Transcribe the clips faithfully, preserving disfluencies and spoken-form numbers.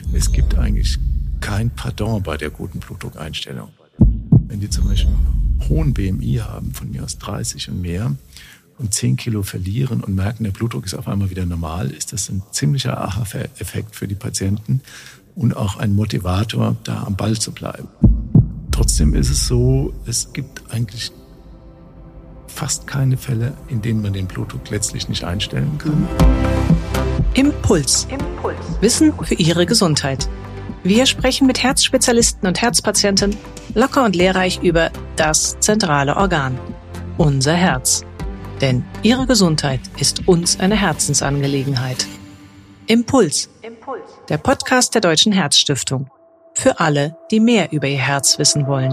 Es gibt eigentlich kein Pardon bei der guten Blutdruckeinstellung. Wenn die zum Beispiel einen hohen B M I haben, von mir aus dreißig und mehr, und zehn Kilo verlieren und merken, der Blutdruck ist auf einmal wieder normal, ist das ein ziemlicher Aha-Effekt für die Patienten und auch ein Motivator, da am Ball zu bleiben. Trotzdem ist es so, es gibt eigentlich fast keine Fälle, in denen man den Blutdruck letztlich nicht einstellen kann. Impuls. Impuls. Wissen für Ihre Gesundheit. Wir sprechen mit Herzspezialisten und Herzpatienten locker und lehrreich über das zentrale Organ, unser Herz. Denn Ihre Gesundheit ist uns eine Herzensangelegenheit. Impuls. Impuls. Der Podcast der Deutschen Herzstiftung. Für alle, die mehr über ihr Herz wissen wollen.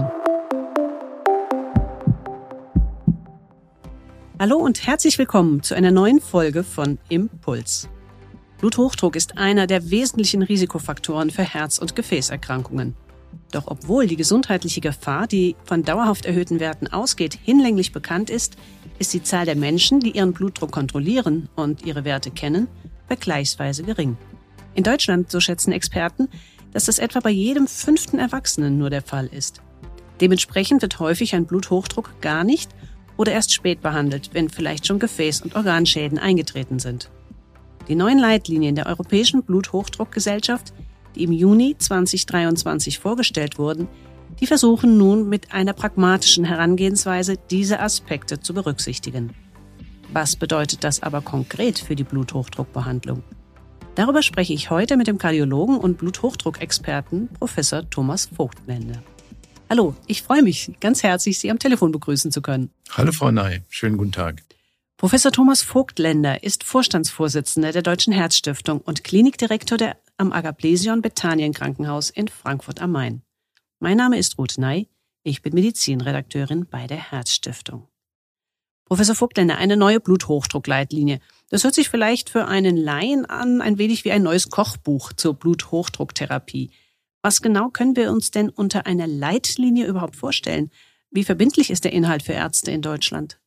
Hallo und herzlich willkommen zu einer neuen Folge von Impuls. Bluthochdruck ist einer der wesentlichen Risikofaktoren für Herz- und Gefäßerkrankungen. Doch obwohl die gesundheitliche Gefahr, die von dauerhaft erhöhten Werten ausgeht, hinlänglich bekannt ist, ist die Zahl der Menschen, die ihren Blutdruck kontrollieren und ihre Werte kennen, vergleichsweise gering. In Deutschland, so schätzen Experten, dass das etwa bei jedem fünften Erwachsenen nur der Fall ist. Dementsprechend wird häufig ein Bluthochdruck gar nicht oder erst spät behandelt, wenn vielleicht schon Gefäß- und Organschäden eingetreten sind. Die neuen Leitlinien der Europäischen Bluthochdruckgesellschaft, die im Juni zweitausenddreiundzwanzig vorgestellt wurden, die versuchen nun mit einer pragmatischen Herangehensweise diese Aspekte zu berücksichtigen. Was bedeutet das aber konkret für die Bluthochdruckbehandlung? Darüber spreche ich heute mit dem Kardiologen und Bluthochdruckexperten Professor Thomas Vogtländer. Hallo, ich freue mich ganz herzlich, Sie am Telefon begrüßen zu können. Hallo Frau Ney, schönen guten Tag. Professor Thomas Vogtländer ist Vorstandsvorsitzender der Deutschen Herzstiftung und Klinikdirektor der am Agaplesion Bethanien Krankenhaus in Frankfurt am Main. Mein Name ist Ruth Ney, ich bin Medizinredakteurin bei der Herzstiftung. Professor Vogtländer, eine neue Bluthochdruckleitlinie. Das hört sich vielleicht für einen Laien an, ein wenig wie ein neues Kochbuch zur Bluthochdrucktherapie. Was genau können wir uns denn unter einer Leitlinie überhaupt vorstellen? Wie verbindlich ist der Inhalt für Ärzte in Deutschland?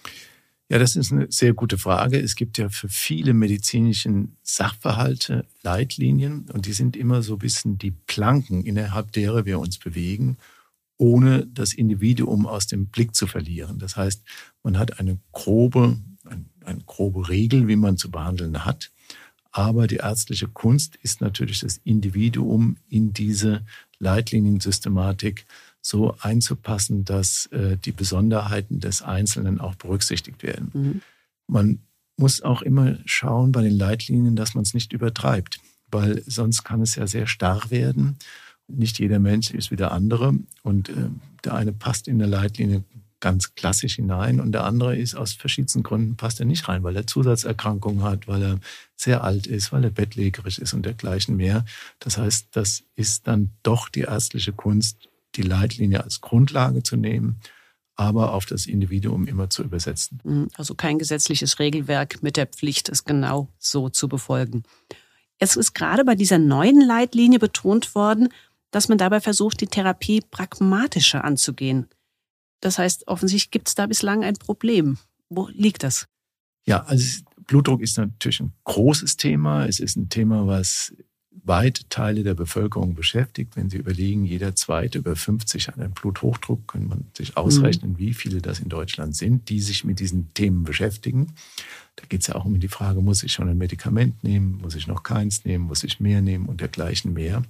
Ja, das ist eine sehr gute Frage. Es gibt ja für viele medizinische Sachverhalte Leitlinien und die sind immer so ein bisschen die Planken, innerhalb derer wir uns bewegen, ohne das Individuum aus dem Blick zu verlieren. Das heißt, man hat eine grobe, eine, eine grobe Regel, wie man zu behandeln hat, aber die ärztliche Kunst ist natürlich das Individuum in diese Leitliniensystematik so einzupassen, dass äh, die Besonderheiten des Einzelnen auch berücksichtigt werden. Mhm. Man muss auch immer schauen bei den Leitlinien, dass man es nicht übertreibt, weil sonst kann es ja sehr starr werden. Nicht jeder Mensch ist wie der andere und äh, der eine passt in der Leitlinie ganz klassisch hinein und der andere ist aus verschiedensten Gründen passt er nicht rein, weil er Zusatzerkrankungen hat, weil er sehr alt ist, weil er bettlägerig ist und dergleichen mehr. Das heißt, das ist dann doch die ärztliche Kunst, die Leitlinie als Grundlage zu nehmen, aber auf das Individuum immer zu übersetzen. Also kein gesetzliches Regelwerk mit der Pflicht, es genau so zu befolgen. Es ist gerade bei dieser neuen Leitlinie betont worden, dass man dabei versucht, die Therapie pragmatischer anzugehen. Das heißt, offensichtlich gibt es da bislang ein Problem. Wo liegt das? Ja, also Blutdruck ist natürlich ein großes Thema. Es ist ein Thema, was weite Teile der Bevölkerung beschäftigt. Wenn Sie überlegen, jeder Zweite über fünfzig hat einen Bluthochdruck, kann man sich ausrechnen, mhm. wie viele das in Deutschland sind, die sich mit diesen Themen beschäftigen. Da geht es ja auch um die Frage, muss ich schon ein Medikament nehmen, muss ich noch keins nehmen, muss ich mehr nehmen und dergleichen mehr.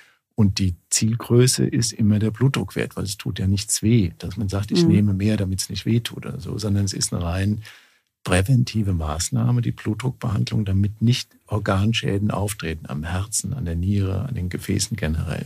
Und die Zielgröße ist immer der Blutdruckwert, weil es tut ja nichts weh, dass man sagt, ich mhm. nehme mehr, damit es nicht weh tut oder so, sondern es ist eine rein präventive Maßnahme, die Blutdruckbehandlung, damit nicht Organschäden auftreten am Herzen, an der Niere, an den Gefäßen generell.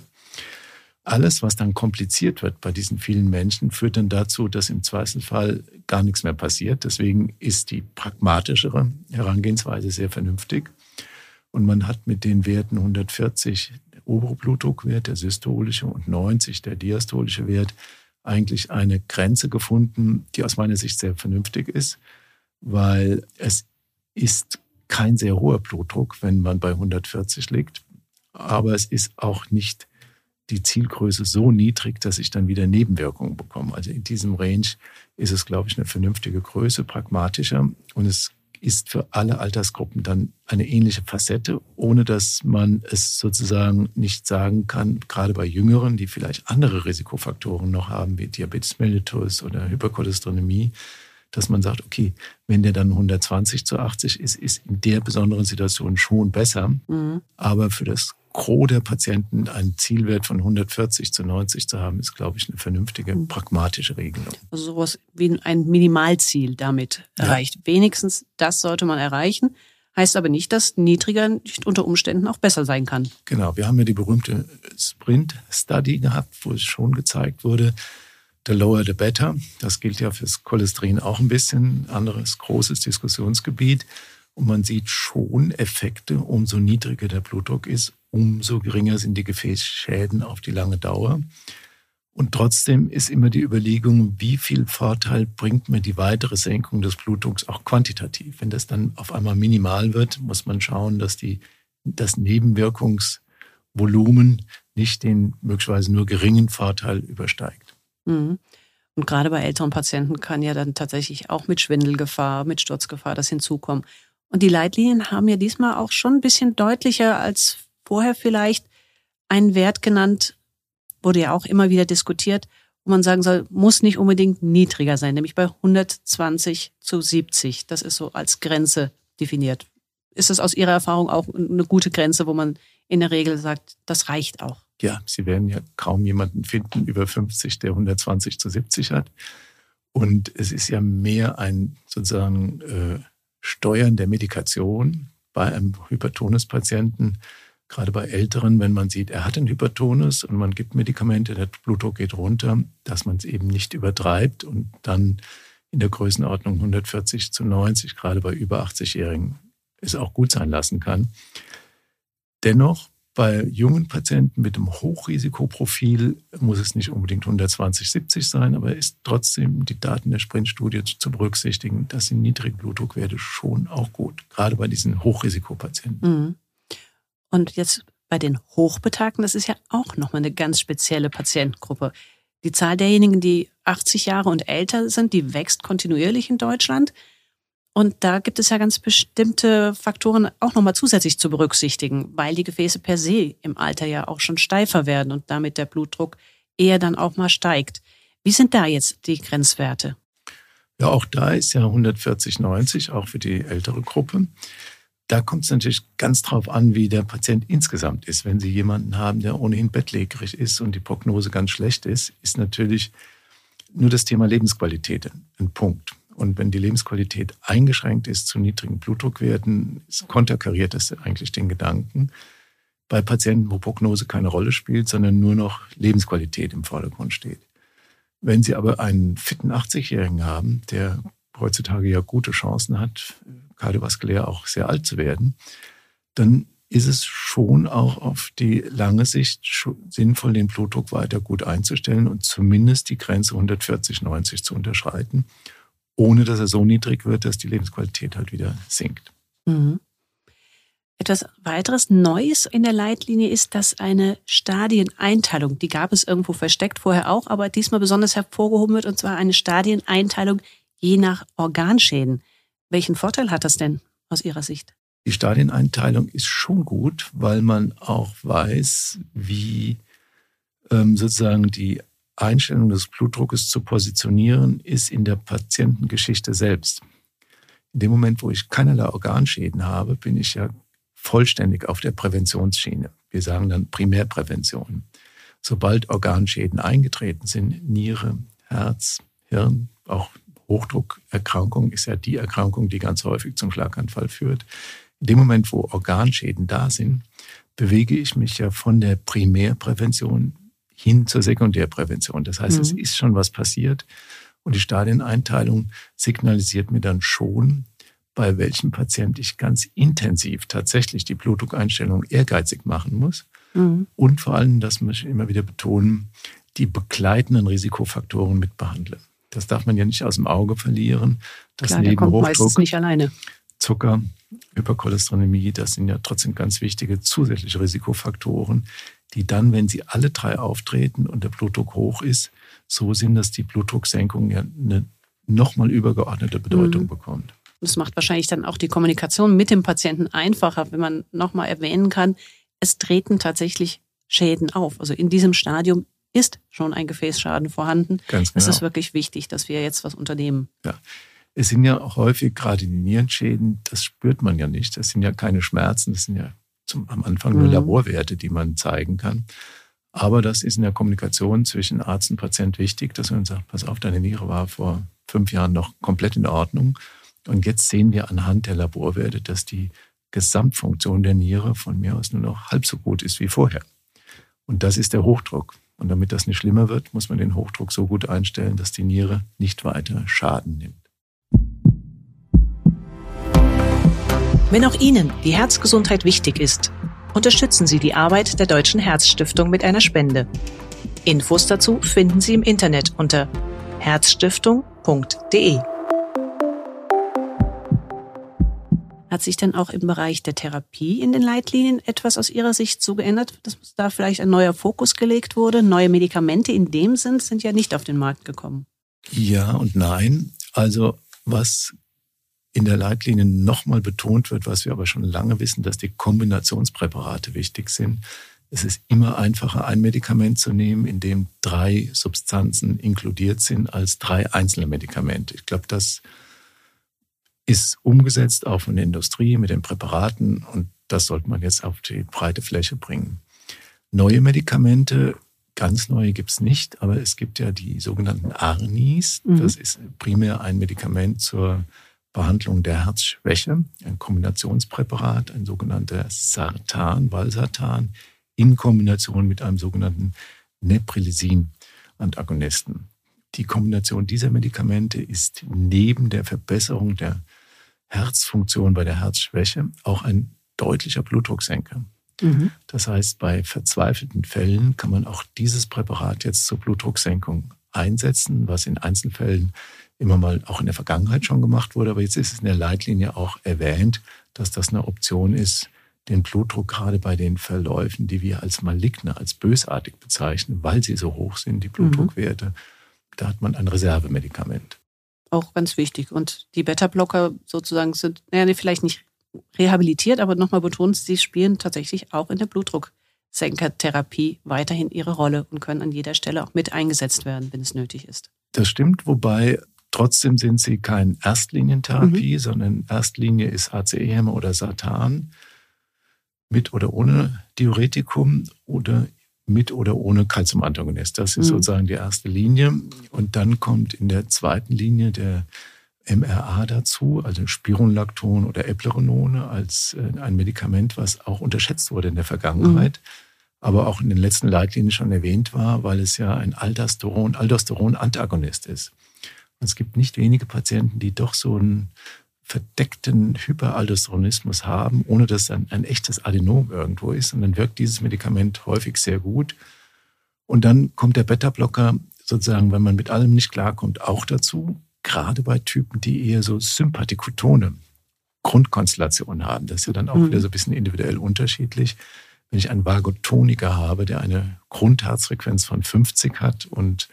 Alles, was dann kompliziert wird bei diesen vielen Menschen, führt dann dazu, dass im Zweifelsfall gar nichts mehr passiert. Deswegen ist die pragmatischere Herangehensweise sehr vernünftig. Und man hat mit den Werten hundertvierzig, der obere Blutdruckwert, der systolische, und neunzig, der diastolische Wert, eigentlich eine Grenze gefunden, die aus meiner Sicht sehr vernünftig ist, weil es ist kein sehr hoher Blutdruck, wenn man bei hundertvierzig liegt, aber es ist auch nicht die Zielgröße so niedrig, dass ich dann wieder Nebenwirkungen bekomme. Also in diesem Range ist es, glaube ich, eine vernünftige Größe, pragmatischer, und es ist für alle Altersgruppen dann eine ähnliche Facette, ohne dass man es sozusagen nicht sagen kann, gerade bei Jüngeren, die vielleicht andere Risikofaktoren noch haben, wie Diabetes mellitus oder Hypercholesterinämie, dass man sagt, okay, wenn der dann hundertzwanzig zu achtzig ist, ist in der besonderen Situation schon besser. Mhm. Aber für das Gros der Patienten einen Zielwert von hundertvierzig zu neunzig zu haben, ist, glaube ich, eine vernünftige, pragmatische Regelung. Also sowas wie ein Minimalziel damit erreicht. Ja. Wenigstens das sollte man erreichen. Heißt aber nicht, dass niedriger nicht unter Umständen auch besser sein kann. Genau, wir haben ja die berühmte Sprint-Study gehabt, wo es schon gezeigt wurde, the lower the better. Das gilt ja fürs Cholesterin auch ein bisschen. Anderes großes Diskussionsgebiet. Und man sieht schon Effekte, umso niedriger der Blutdruck ist, umso geringer sind die Gefäßschäden auf die lange Dauer. Und trotzdem ist immer die Überlegung, wie viel Vorteil bringt mir die weitere Senkung des Blutdrucks auch quantitativ. Wenn das dann auf einmal minimal wird, muss man schauen, dass die, das Nebenwirkungsvolumen nicht den möglicherweise nur geringen Vorteil übersteigt. Mhm. Und gerade bei älteren Patienten kann ja dann tatsächlich auch mit Schwindelgefahr, mit Sturzgefahr das hinzukommen. Und die Leitlinien haben ja diesmal auch schon ein bisschen deutlicher als vorher vielleicht einen Wert genannt, wurde ja auch immer wieder diskutiert, wo man sagen soll, muss nicht unbedingt niedriger sein, nämlich bei hundertzwanzig zu siebzig. Das ist so als Grenze definiert. Ist das aus Ihrer Erfahrung auch eine gute Grenze, wo man in der Regel sagt, das reicht auch? Ja, Sie werden ja kaum jemanden finden über fünfzig, der hundertzwanzig zu siebzig hat. Und es ist ja mehr ein sozusagen äh, Steuern der Medikation bei einem Hypertonus-Patienten, gerade bei Älteren, wenn man sieht, er hat einen Hypertonus und man gibt Medikamente, der Blutdruck geht runter, dass man es eben nicht übertreibt und dann in der Größenordnung hundertvierzig zu neunzig, gerade bei über achtzig-Jährigen, es auch gut sein lassen kann. Dennoch, bei jungen Patienten mit einem Hochrisikoprofil muss es nicht unbedingt hundertzwanzig siebzig sein, aber ist trotzdem die Daten der Sprint-Studie zu berücksichtigen, dass die niedrigen Blutdruckwerte schon auch gut, gerade bei diesen Hochrisikopatienten. Mhm. Und jetzt bei den Hochbetagten, das ist ja auch nochmal eine ganz spezielle Patientengruppe. Die Zahl derjenigen, die achtzig Jahre und älter sind, die wächst kontinuierlich in Deutschland. Und da gibt es ja ganz bestimmte Faktoren auch nochmal zusätzlich zu berücksichtigen, weil die Gefäße per se im Alter ja auch schon steifer werden und damit der Blutdruck eher dann auch mal steigt. Wie sind da jetzt die Grenzwerte? Ja, auch da ist ja hundertvierzig neunzig, auch für die ältere Gruppe. Da kommt es natürlich ganz drauf an, wie der Patient insgesamt ist. Wenn Sie jemanden haben, der ohnehin bettlägerig ist und die Prognose ganz schlecht ist, ist natürlich nur das Thema Lebensqualität ein Punkt. Und wenn die Lebensqualität eingeschränkt ist zu niedrigen Blutdruckwerten, konterkariert das eigentlich den Gedanken. Bei Patienten, wo Prognose keine Rolle spielt, sondern nur noch Lebensqualität im Vordergrund steht. Wenn Sie aber einen fitten achtzig-Jährigen haben, der heutzutage ja gute Chancen hat, kardiovaskulär auch sehr alt zu werden, dann ist es schon auch auf die lange Sicht sinnvoll, den Blutdruck weiter gut einzustellen und zumindest die Grenze hundertvierzig neunzig zu unterschreiten, ohne dass er so niedrig wird, dass die Lebensqualität halt wieder sinkt. Mhm. Etwas weiteres Neues in der Leitlinie ist, dass eine Stadieneinteilung, die gab es irgendwo versteckt vorher auch, aber diesmal besonders hervorgehoben wird, und zwar eine Stadieneinteilung je nach Organschäden. Welchen Vorteil hat das denn aus Ihrer Sicht? Die Stadieneinteilung ist schon gut, weil man auch weiß, wie ähm, sozusagen die Einstellung des Blutdruckes zu positionieren ist in der Patientengeschichte selbst. In dem Moment, wo ich keinerlei Organschäden habe, bin ich ja vollständig auf der Präventionsschiene. Wir sagen dann Primärprävention. Sobald Organschäden eingetreten sind, Niere, Herz, Hirn, auch Hochdruckerkrankung ist ja die Erkrankung, die ganz häufig zum Schlaganfall führt. In dem Moment, wo Organschäden da sind, bewege ich mich ja von der Primärprävention hin zur Sekundärprävention. Das heißt, mhm. es ist schon was passiert und die Stadieneinteilung signalisiert mir dann schon, bei welchem Patient ich ganz intensiv tatsächlich die Blutdruckeinstellung ehrgeizig machen muss. Mhm. Und vor allem, das muss ich immer wieder betonen, die begleitenden Risikofaktoren mitbehandle. Das darf man ja nicht aus dem Auge verlieren. Das Klar, der kommt meistens nicht alleine. Zucker, Hypercholesterinämie, das sind ja trotzdem ganz wichtige zusätzliche Risikofaktoren, die dann, wenn sie alle drei auftreten und der Blutdruck hoch ist, so sind, dass die Blutdrucksenkung ja eine nochmal übergeordnete Bedeutung mhm. bekommt. Das macht wahrscheinlich dann auch die Kommunikation mit dem Patienten einfacher, wenn man nochmal erwähnen kann, es treten tatsächlich Schäden auf. Also in diesem Stadium ist schon ein Gefäßschaden vorhanden. Ganz genau. Es ist wirklich wichtig, dass wir jetzt was unternehmen. Ja. Es sind ja auch häufig gerade die Nierenschäden, das spürt man ja nicht. Das sind ja keine Schmerzen, das sind ja zum, am Anfang nur mhm. Laborwerte, die man zeigen kann. Aber das ist in der Kommunikation zwischen Arzt und Patient wichtig, dass man sagt, pass auf, deine Niere war vor fünf Jahren noch komplett in Ordnung. Und jetzt sehen wir anhand der Laborwerte, dass die Gesamtfunktion der Niere von mir aus nur noch halb so gut ist wie vorher. Und das ist der Hochdruck. Und damit das nicht schlimmer wird, muss man den Hochdruck so gut einstellen, dass die Niere nicht weiter Schaden nimmt. Wenn auch Ihnen die Herzgesundheit wichtig ist, unterstützen Sie die Arbeit der Deutschen Herzstiftung mit einer Spende. Infos dazu finden Sie im Internet unter herzstiftung punkt de. Hat sich denn auch im Bereich der Therapie in den Leitlinien etwas aus Ihrer Sicht so geändert, dass da vielleicht ein neuer Fokus gelegt wurde? Neue Medikamente in dem Sinn sind ja nicht auf den Markt gekommen. Ja und nein. Also was in der Leitlinie nochmal betont wird, was wir aber schon lange wissen, dass die Kombinationspräparate wichtig sind. Es ist immer einfacher, ein Medikament zu nehmen, in dem drei Substanzen inkludiert sind, als drei einzelne Medikamente. Ich glaube, das ist umgesetzt auch von der Industrie mit den Präparaten und das sollte man jetzt auf die breite Fläche bringen. Neue Medikamente, ganz neue gibt es nicht, aber es gibt ja die sogenannten A R N Is. Mhm. Das ist primär ein Medikament zur Behandlung der Herzschwäche, ein Kombinationspräparat, ein sogenannter Sartan, Valsartan, in Kombination mit einem sogenannten Neprilysin-Antagonisten. Die Kombination dieser Medikamente ist neben der Verbesserung der Herzfunktion bei der Herzschwäche auch ein deutlicher Blutdrucksenker. Mhm. Das heißt, bei verzweifelten Fällen kann man auch dieses Präparat jetzt zur Blutdrucksenkung einsetzen, was in Einzelfällen immer mal auch in der Vergangenheit schon gemacht wurde. Aber jetzt ist es in der Leitlinie auch erwähnt, dass das eine Option ist, den Blutdruck gerade bei den Verläufen, die wir als maligne, als bösartig bezeichnen, weil sie so hoch sind, die Blutdruckwerte, mhm. da hat man ein Reservemedikament. Auch ganz wichtig. Und die Beta-Blocker sozusagen sind, naja, vielleicht nicht rehabilitiert, aber nochmal betont, sie spielen tatsächlich auch in der Blutdrucksenkertherapie weiterhin ihre Rolle und können an jeder Stelle auch mit eingesetzt werden, wenn es nötig ist. Das stimmt, wobei trotzdem sind sie keine Erstlinientherapie, mhm. sondern Erstlinie ist A C E-Hämmer oder Sartan mit oder ohne Diuretikum oder mit oder ohne Calciumantagonist. Das ist mhm. sozusagen die erste Linie. Und dann kommt in der zweiten Linie der M R A dazu, also Spironolacton oder Eplerenone als ein Medikament, was auch unterschätzt wurde in der Vergangenheit, mhm. aber auch in den letzten Leitlinien schon erwähnt war, weil es ja ein Aldosteron, Aldosteron-Antagonist ist. Und es gibt nicht wenige Patienten, die doch so einen verdeckten Hyperaldosteronismus haben, ohne dass dann ein echtes Adenom irgendwo ist. Und dann wirkt dieses Medikament häufig sehr gut. Und dann kommt der Beta-Blocker sozusagen, wenn man mit allem nicht klarkommt, auch dazu. Gerade bei Typen, die eher so sympathikotone Grundkonstellationen haben. Das ist ja dann auch mhm. wieder so ein bisschen individuell unterschiedlich. Wenn ich einen Vagotoniker habe, der eine Grundherzfrequenz von fünfzig hat und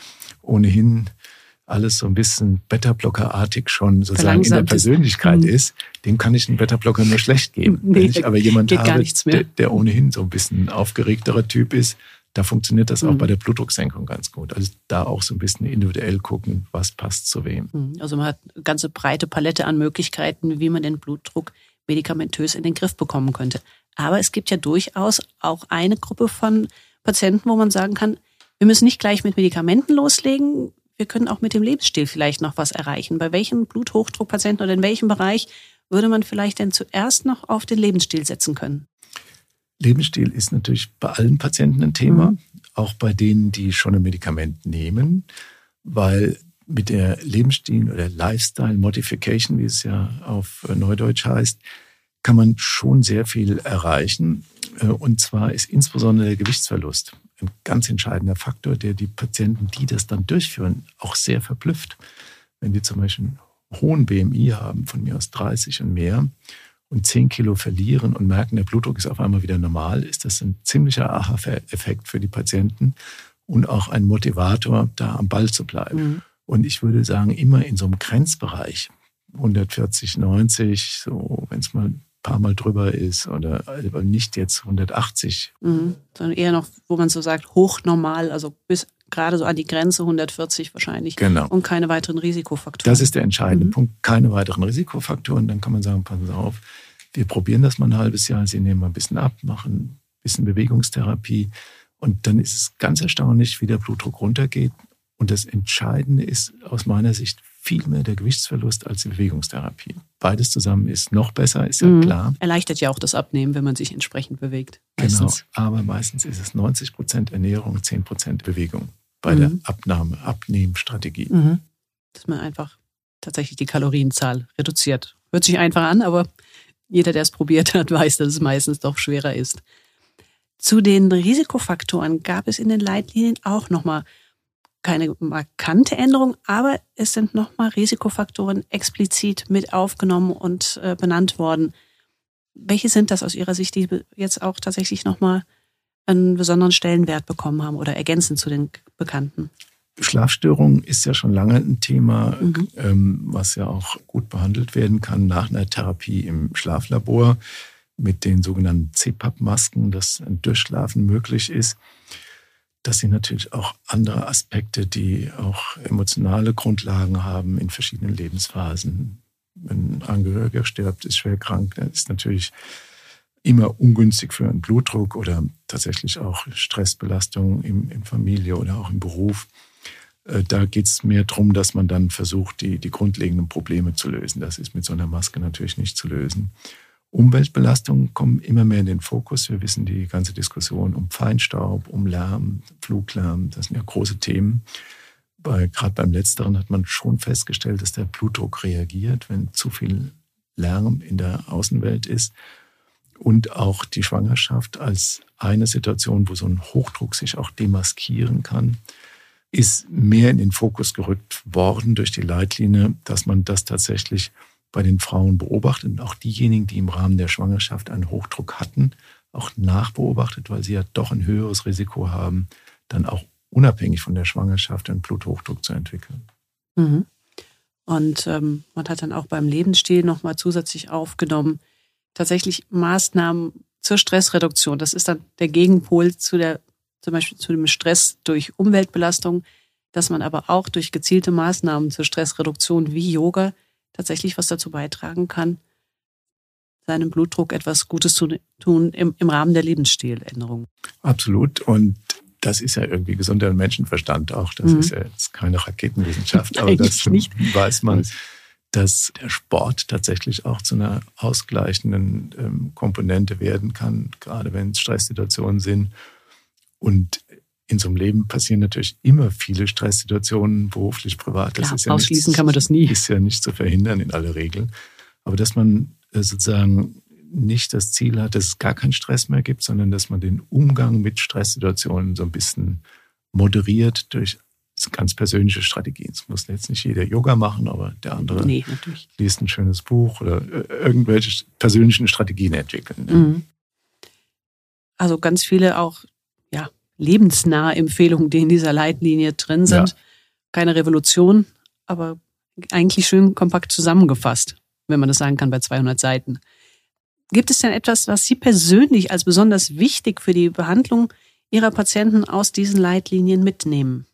ohnehin alles so ein bisschen Beta-Blocker-artig schon sozusagen in der Persönlichkeit ist, ist, dem kann ich einen Beta-Blocker nur schlecht geben. Nee, wenn ich aber jemanden habe, der, der ohnehin so ein bisschen aufgeregterer Typ ist, da funktioniert das auch mhm. bei der Blutdrucksenkung ganz gut. Also da auch so ein bisschen individuell gucken, was passt zu wem. Also man hat eine ganze breite Palette an Möglichkeiten, wie man den Blutdruck medikamentös in den Griff bekommen könnte. Aber es gibt ja durchaus auch eine Gruppe von Patienten, wo man sagen kann, wir müssen nicht gleich mit Medikamenten loslegen, wir können auch mit dem Lebensstil vielleicht noch was erreichen. Bei welchem Bluthochdruckpatienten oder in welchem Bereich würde man vielleicht denn zuerst noch auf den Lebensstil setzen können? Lebensstil ist natürlich bei allen Patienten ein Thema, mhm. auch bei denen, die schon ein Medikament nehmen, weil mit der Lebensstil- oder Lifestyle Modification, wie es ja auf Neudeutsch heißt, kann man schon sehr viel erreichen. Und zwar ist insbesondere der Gewichtsverlust ein ganz entscheidender Faktor, der die Patienten, die das dann durchführen, auch sehr verblüfft. Wenn die zum Beispiel einen hohen B M I haben, von mir aus dreißig und mehr, und zehn Kilo verlieren und merken, der Blutdruck ist auf einmal wieder normal, ist das ein ziemlicher Aha-Effekt für die Patienten und auch ein Motivator, da am Ball zu bleiben. Mhm. Und ich würde sagen, immer in so einem Grenzbereich, hundertvierzig, neunzig, so wenn es mal ein paar Mal drüber ist oder aber nicht jetzt hundertachtzig. Mhm. Sondern eher noch, wo man so sagt, hochnormal, also bis gerade so an die Grenze hundertvierzig wahrscheinlich. Genau. Und keine weiteren Risikofaktoren. Das ist der entscheidende mhm. Punkt. Keine weiteren Risikofaktoren. Dann kann man sagen, passen Sie auf, wir probieren das mal ein halbes Jahr, Sie nehmen mal ein bisschen ab, machen ein bisschen Bewegungstherapie und dann ist es ganz erstaunlich, wie der Blutdruck runtergeht. Und das Entscheidende ist aus meiner Sicht viel mehr der Gewichtsverlust als die Bewegungstherapie. Beides zusammen ist noch besser, ist ja mhm. klar. Erleichtert ja auch das Abnehmen, wenn man sich entsprechend bewegt. Meistens. Genau, aber meistens ist es neunzig Prozent Ernährung, zehn Prozent Bewegung bei mhm. der Abnahme, Abnehmstrategie. Mhm. Dass man einfach tatsächlich die Kalorienzahl reduziert. Hört sich einfach an, aber jeder, der es probiert hat, weiß, dass es meistens doch schwerer ist. Zu den Risikofaktoren gab es in den Leitlinien auch nochmal keine markante Änderung, aber es sind nochmal Risikofaktoren explizit mit aufgenommen und äh, benannt worden. Welche sind das aus Ihrer Sicht, die jetzt auch tatsächlich nochmal einen besonderen Stellenwert bekommen haben oder ergänzend zu den bekannten? Schlafstörung ist ja schon lange ein Thema, mhm. ähm, was ja auch gut behandelt werden kann nach einer Therapie im Schlaflabor mit den sogenannten C PAP-Masken, dass ein Durchschlafen möglich ist. Das sind natürlich auch andere Aspekte, die auch emotionale Grundlagen haben in verschiedenen Lebensphasen. Wenn ein Angehöriger stirbt, ist schwer krank, dann ist natürlich immer ungünstig für einen Blutdruck oder tatsächlich auch Stressbelastung in, in Familie oder auch im Beruf. Da geht es mehr darum, dass man dann versucht, die, die grundlegenden Probleme zu lösen. Das ist mit so einer Maske natürlich nicht zu lösen. Umweltbelastungen kommen immer mehr in den Fokus. Wir wissen die ganze Diskussion um Feinstaub, um Lärm, Fluglärm, das sind ja große Themen. Bei, gerade beim Letzteren hat man schon festgestellt, dass der Blutdruck reagiert, wenn zu viel Lärm in der Außenwelt ist. Und auch die Schwangerschaft als eine Situation, wo so ein Hochdruck sich auch demaskieren kann, ist mehr in den Fokus gerückt worden durch die Leitlinie, dass man das tatsächlich bei den Frauen beobachtet und auch diejenigen, die im Rahmen der Schwangerschaft einen Hochdruck hatten, auch nachbeobachtet, weil sie ja doch ein höheres Risiko haben, dann auch unabhängig von der Schwangerschaft einen Bluthochdruck zu entwickeln. Mhm. Und ähm, man hat dann auch beim Lebensstil nochmal zusätzlich aufgenommen, tatsächlich Maßnahmen zur Stressreduktion. Das ist dann der Gegenpol zu der, zum Beispiel zu dem Stress durch Umweltbelastung, dass man aber auch durch gezielte Maßnahmen zur Stressreduktion wie Yoga tatsächlich was dazu beitragen kann, seinem Blutdruck etwas Gutes zu tun im, im Rahmen der Lebensstiländerung. Absolut. Und das ist ja irgendwie gesunder Menschenverstand auch. Das mhm. ist ja jetzt keine Raketenwissenschaft, aber das nicht. weiß man, dass der Sport tatsächlich auch zu einer ausgleichenden ähm, Komponente werden kann, gerade wenn es Stresssituationen sind. Und in so einem Leben passieren natürlich immer viele Stresssituationen, beruflich, privat. Das Klar, ist ja ausschließen nicht, kann man das nie. Ist ja nicht zu verhindern in aller Regel. Aber dass man sozusagen nicht das Ziel hat, dass es gar keinen Stress mehr gibt, sondern dass man den Umgang mit Stresssituationen so ein bisschen moderiert durch ganz persönliche Strategien. Es muss jetzt nicht jeder Yoga machen, aber der andere nee, liest ein schönes Buch oder irgendwelche persönlichen Strategien entwickeln. Mhm. Also ganz viele auch ja, lebensnahe Empfehlungen, die in dieser Leitlinie drin sind. Ja. Keine Revolution, aber eigentlich schön kompakt zusammengefasst, wenn man das sagen kann, bei zweihundert Seiten. Gibt es denn etwas, was Sie persönlich als besonders wichtig für die Behandlung Ihrer Patienten aus diesen Leitlinien mitnehmen?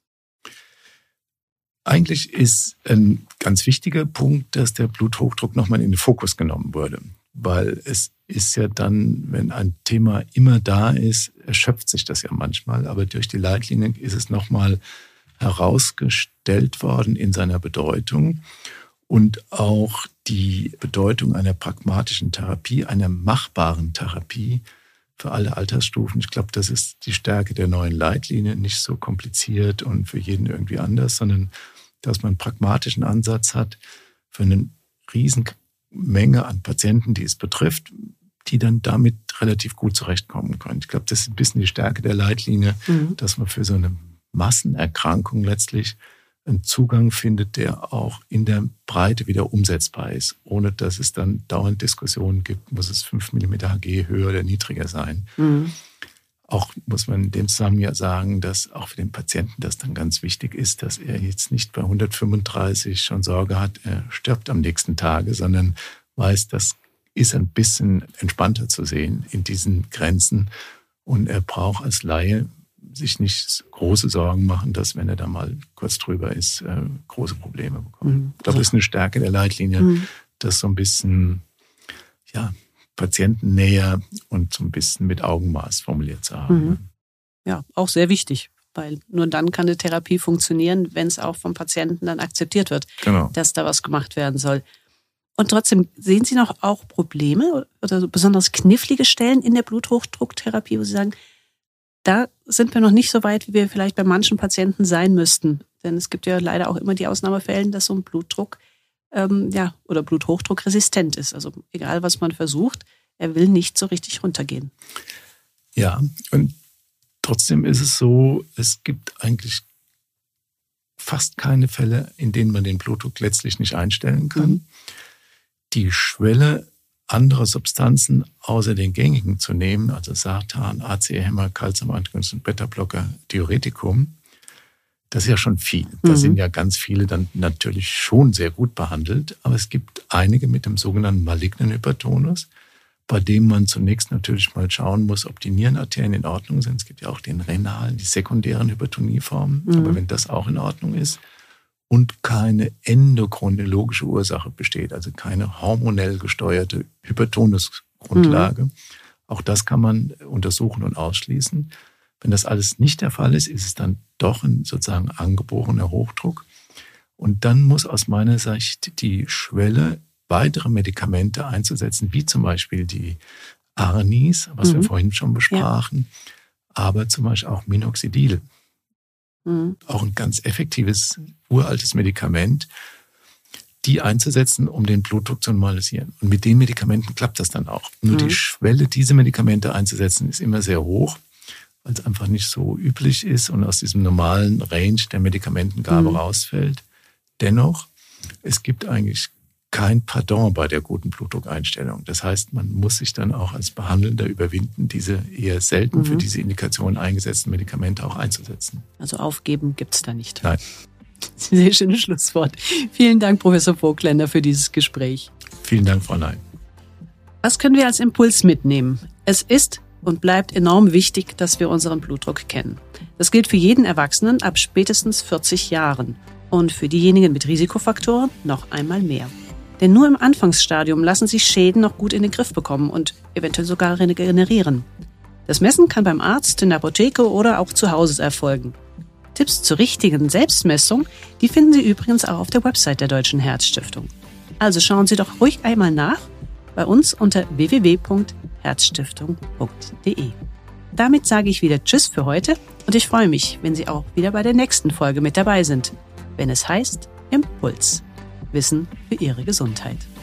Eigentlich ist ein ganz wichtiger Punkt, dass der Bluthochdruck nochmal in den Fokus genommen wurde. Weil es ist ja dann, wenn ein Thema immer da ist, erschöpft sich das ja manchmal. Aber durch die Leitlinien ist es nochmal herausgestellt worden in seiner Bedeutung. Und auch die Bedeutung einer pragmatischen Therapie, einer machbaren Therapie für alle Altersstufen. Ich glaube, das ist die Stärke der neuen Leitlinie. Nicht so kompliziert und für jeden irgendwie anders, sondern dass man einen pragmatischen Ansatz hat für eine Riesenmenge an Patienten, die es betrifft, die dann damit relativ gut zurechtkommen können. Ich glaube, das ist ein bisschen die Stärke der Leitlinie, mhm. dass man für so eine Massenerkrankung letztlich einen Zugang findet, der auch in der Breite wieder umsetzbar ist, ohne dass es dann dauernd Diskussionen gibt, muss es fünf Millimeter Hg höher oder niedriger sein. Mhm. Auch muss man in dem Zusammenhang ja sagen, dass auch für den Patienten das dann ganz wichtig ist, dass er jetzt nicht bei hundertfünfunddreißig schon Sorge hat, er stirbt am nächsten Tage, sondern weiß, das ist ein bisschen entspannter zu sehen in diesen Grenzen. Und er braucht als Laie sich nicht große Sorgen machen, dass, wenn er da mal kurz drüber ist, äh, große Probleme bekommt. Mhm. Ich glaube, das ist eine Stärke der Leitlinie, mhm. das so ein bisschen, ja, patientennäher und so ein bisschen mit Augenmaß formuliert zu haben. Mhm. Ja, auch sehr wichtig, weil nur dann kann eine Therapie funktionieren, wenn es auch vom Patienten dann akzeptiert wird, genau. dass da was gemacht werden soll. Und trotzdem, sehen Sie noch auch Probleme oder so besonders knifflige Stellen in der Bluthochdrucktherapie, wo Sie sagen, da sind wir noch nicht so weit, wie wir vielleicht bei manchen Patienten sein müssten. Denn es gibt ja leider auch immer die Ausnahmefälle, dass so ein Blutdruck ähm, ja, oder Bluthochdruck resistent ist. Also egal, was man versucht, er will nicht so richtig runtergehen. Ja, und trotzdem ist es so, es gibt eigentlich fast keine Fälle, in denen man den Blutdruck letztlich nicht einstellen kann. Mhm. Die Schwelle, andere Substanzen außer den gängigen zu nehmen, also Sartan, A C E-Hämmer, Calcium-Antagonist und Beta-Blocker, Diuretikum, das ist ja schon viel. Da mhm. sind ja ganz viele dann natürlich schon sehr gut behandelt, aber es gibt einige mit dem sogenannten malignen Hypertonus, bei dem man zunächst natürlich mal schauen muss, ob die Nierenarterien in Ordnung sind. Es gibt ja auch den renalen, die sekundären Hypertonieformen, mhm. aber wenn das auch in Ordnung ist, und keine endokrinologische Ursache besteht, also keine hormonell gesteuerte Hypertonusgrundlage. Mhm. Auch das kann man untersuchen und ausschließen. Wenn das alles nicht der Fall ist, ist es dann doch ein sozusagen angeborener Hochdruck. Und dann muss aus meiner Sicht die Schwelle, weitere Medikamente einzusetzen, wie zum Beispiel die Arnis, was mhm. wir vorhin schon besprachen, ja. aber zum Beispiel auch Minoxidil. Mhm. Auch ein ganz effektives, uraltes Medikament, die einzusetzen, um den Blutdruck zu normalisieren. Und mit den Medikamenten klappt das dann auch. Nur mhm. die Schwelle, diese Medikamente einzusetzen, ist immer sehr hoch, weil es einfach nicht so üblich ist und aus diesem normalen Range der Medikamentengabe mhm. rausfällt. Dennoch, es gibt eigentlich kein Pardon bei der guten Blutdruckeinstellung. Das heißt, man muss sich dann auch als Behandelnder überwinden, diese eher selten mhm. für diese Indikation eingesetzten Medikamente auch einzusetzen. Also aufgeben gibt es da nicht. Nein. Sehr schönes Schlusswort. Vielen Dank, Professor Vogtländer, für dieses Gespräch. Vielen Dank, Frau Ney. Was können wir als Impuls mitnehmen? Es ist und bleibt enorm wichtig, dass wir unseren Blutdruck kennen. Das gilt für jeden Erwachsenen ab spätestens vierzig Jahren und für diejenigen mit Risikofaktoren noch einmal mehr. Denn nur im Anfangsstadium lassen sich Schäden noch gut in den Griff bekommen und eventuell sogar regenerieren. Das Messen kann beim Arzt, in der Apotheke oder auch zu Hause erfolgen. Tipps zur richtigen Selbstmessung, die finden Sie übrigens auch auf der Website der Deutschen Herzstiftung. Also schauen Sie doch ruhig einmal nach bei uns unter w w w punkt herzstiftung punkt d e. Damit sage ich wieder Tschüss für heute und ich freue mich, wenn Sie auch wieder bei der nächsten Folge mit dabei sind, wenn es heißt Impuls. Wissen für Ihre Gesundheit.